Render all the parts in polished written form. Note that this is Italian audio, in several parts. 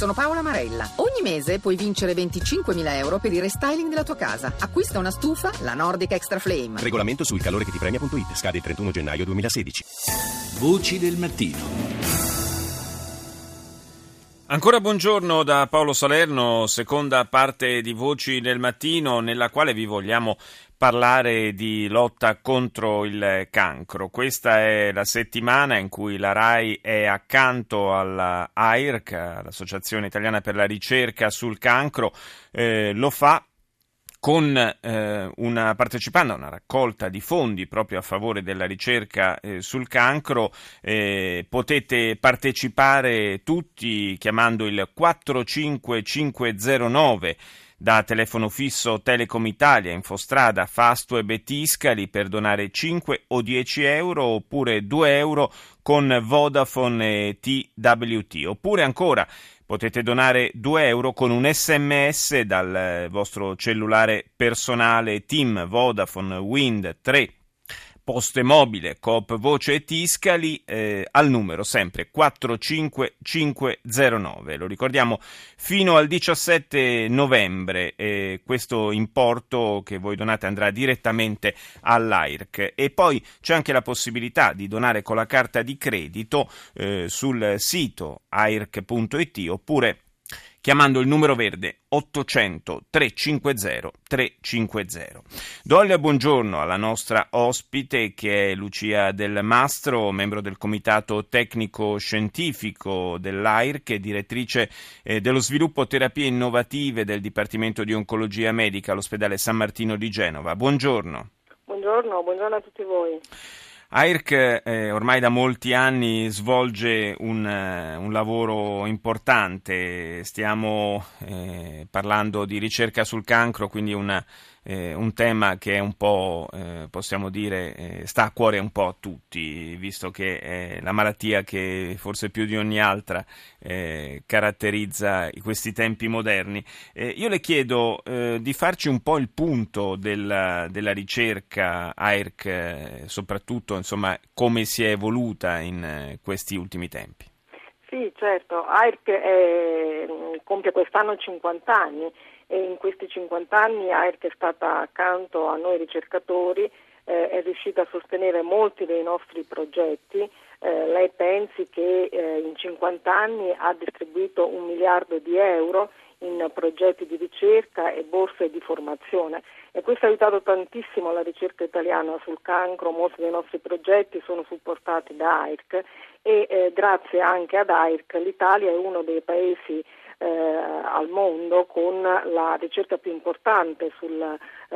sono Paola Marella. Ogni mese puoi vincere 25.000 euro per il restyling della tua casa. Acquista una stufa, la Nordic Extra Flame. Regolamento sul calore che ti premia.it. Scade il 31 gennaio 2016. Voci del mattino. Ancora buongiorno da Paolo Salerno, seconda parte di Voci del Mattino, nella quale vi vogliamo parlare di lotta contro il cancro. Questa è la settimana in cui la RAI è accanto alla AIRC, l'Associazione Italiana per la Ricerca sul Cancro, lo fa con partecipando a una raccolta di fondi proprio a favore della ricerca sul cancro. Potete partecipare tutti chiamando il 45509 da telefono fisso Telecom Italia, Infostrada, Fastweb e Tiscali per donare 5 o 10 euro oppure 2 euro con Vodafone e TWT. Oppure ancora potete donare 2 euro con un SMS dal vostro cellulare personale TIM, Vodafone, Wind, 3, Poste Mobile, Coop Voce e Tiscali al numero sempre 45509. Lo ricordiamo fino al 17 novembre. Questo importo che voi donate andrà direttamente all'AIRC. E poi c'è anche la possibilità di donare con la carta di credito sul sito airc.it oppure chiamando il numero verde 800 350 350. Do il buongiorno alla nostra ospite che è Lucia Del Mastro, membro del comitato tecnico scientifico dell'AIRC e direttrice dello sviluppo terapie innovative del Dipartimento di Oncologia Medica all'ospedale San Martino di Genova. Buongiorno. Buongiorno a tutti voi. AIRC ormai da molti anni svolge un lavoro importante, stiamo parlando di ricerca sul cancro, quindi un tema che è un po', possiamo dire, sta a cuore un po' a tutti, visto che è la malattia che forse più di ogni altra caratterizza questi tempi moderni. Io le chiedo di farci un po' il punto della ricerca AIRC, soprattutto insomma come si è evoluta in questi ultimi tempi. Sì, certo, AIRC compie quest'anno 50 anni e in questi 50 anni AIRC è stata accanto a noi ricercatori, è riuscita a sostenere molti dei nostri progetti. Lei pensi che in 50 anni ha distribuito 1 miliardo di euro in progetti di ricerca e borse di formazione e questo ha aiutato tantissimo la ricerca italiana sul cancro. Molti dei nostri progetti sono supportati da AIRC e grazie anche ad AIRC l'Italia è uno dei paesi al mondo con la ricerca più importante sul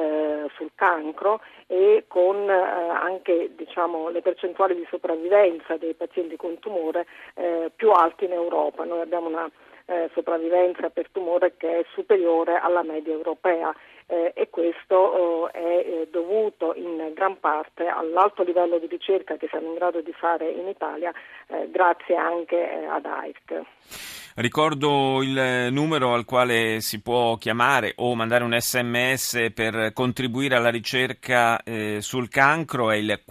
cancro e con anche le percentuali di sopravvivenza dei pazienti con tumore più alti in Europa. Noi abbiamo una sopravvivenza per tumore che è superiore alla media europea e questo è dovuto in gran parte all'alto livello di ricerca che siamo in grado di fare in Italia grazie anche ad AIRC. Ricordo il numero al quale si può chiamare o mandare un SMS per contribuire alla ricerca sul cancro, è il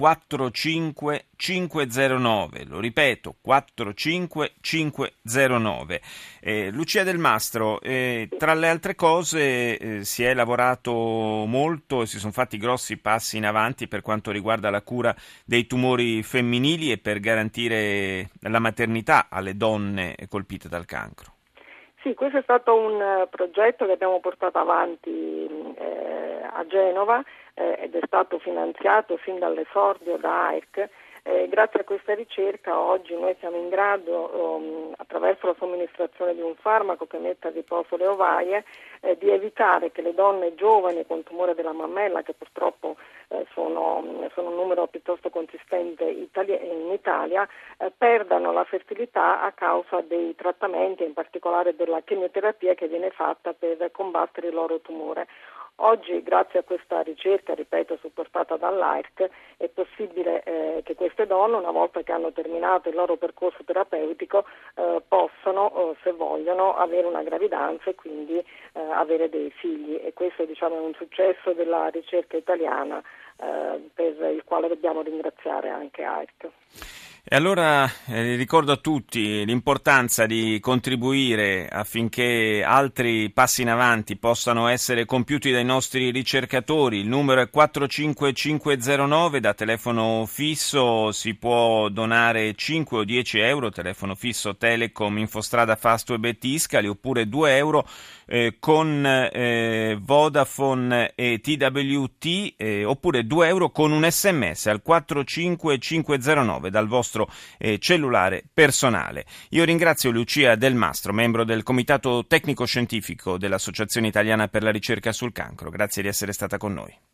45509, lo ripeto, 45509. Lucia Del Mastro, tra le altre cose si è lavorato molto e si sono fatti grossi passi in avanti per quanto riguarda la cura dei tumori femminili e per garantire la maternità alle donne colpite dal cancro. Sì, questo è stato un progetto che abbiamo portato avanti a Genova ed è stato finanziato fin dall'esordio da AIRC. Grazie a questa ricerca oggi noi siamo in grado, attraverso la somministrazione di un farmaco che mette a riposo le ovaie, di evitare che le donne giovani con tumore della mammella, che purtroppo sono un numero piuttosto consistente in Italia, perdano la fertilità a causa dei trattamenti, in particolare della chemioterapia che viene fatta per combattere il loro tumore. Oggi, grazie a questa ricerca, ripeto, supportata dall'AIRC, è possibile che queste donne, una volta che hanno terminato il loro percorso terapeutico, possano, se vogliono, avere una gravidanza e quindi avere dei figli. E questo, è un successo della ricerca italiana per il quale dobbiamo ringraziare anche AIRC. E allora ricordo a tutti l'importanza di contribuire affinché altri passi in avanti possano essere compiuti dai nostri ricercatori. Il numero è 45509, da telefono fisso si può donare 5 o 10 euro, telefono fisso Telecom, Infostrada, Fastweb e Tiscali, oppure 2 euro con Vodafone e TWT, oppure 2 euro con un SMS al 45509 dal vostro cellulare personale. Io ringrazio Lucia Del Mastro, membro del Comitato Tecnico Scientifico dell'Associazione Italiana per la Ricerca sul Cancro. Grazie di essere stata con noi.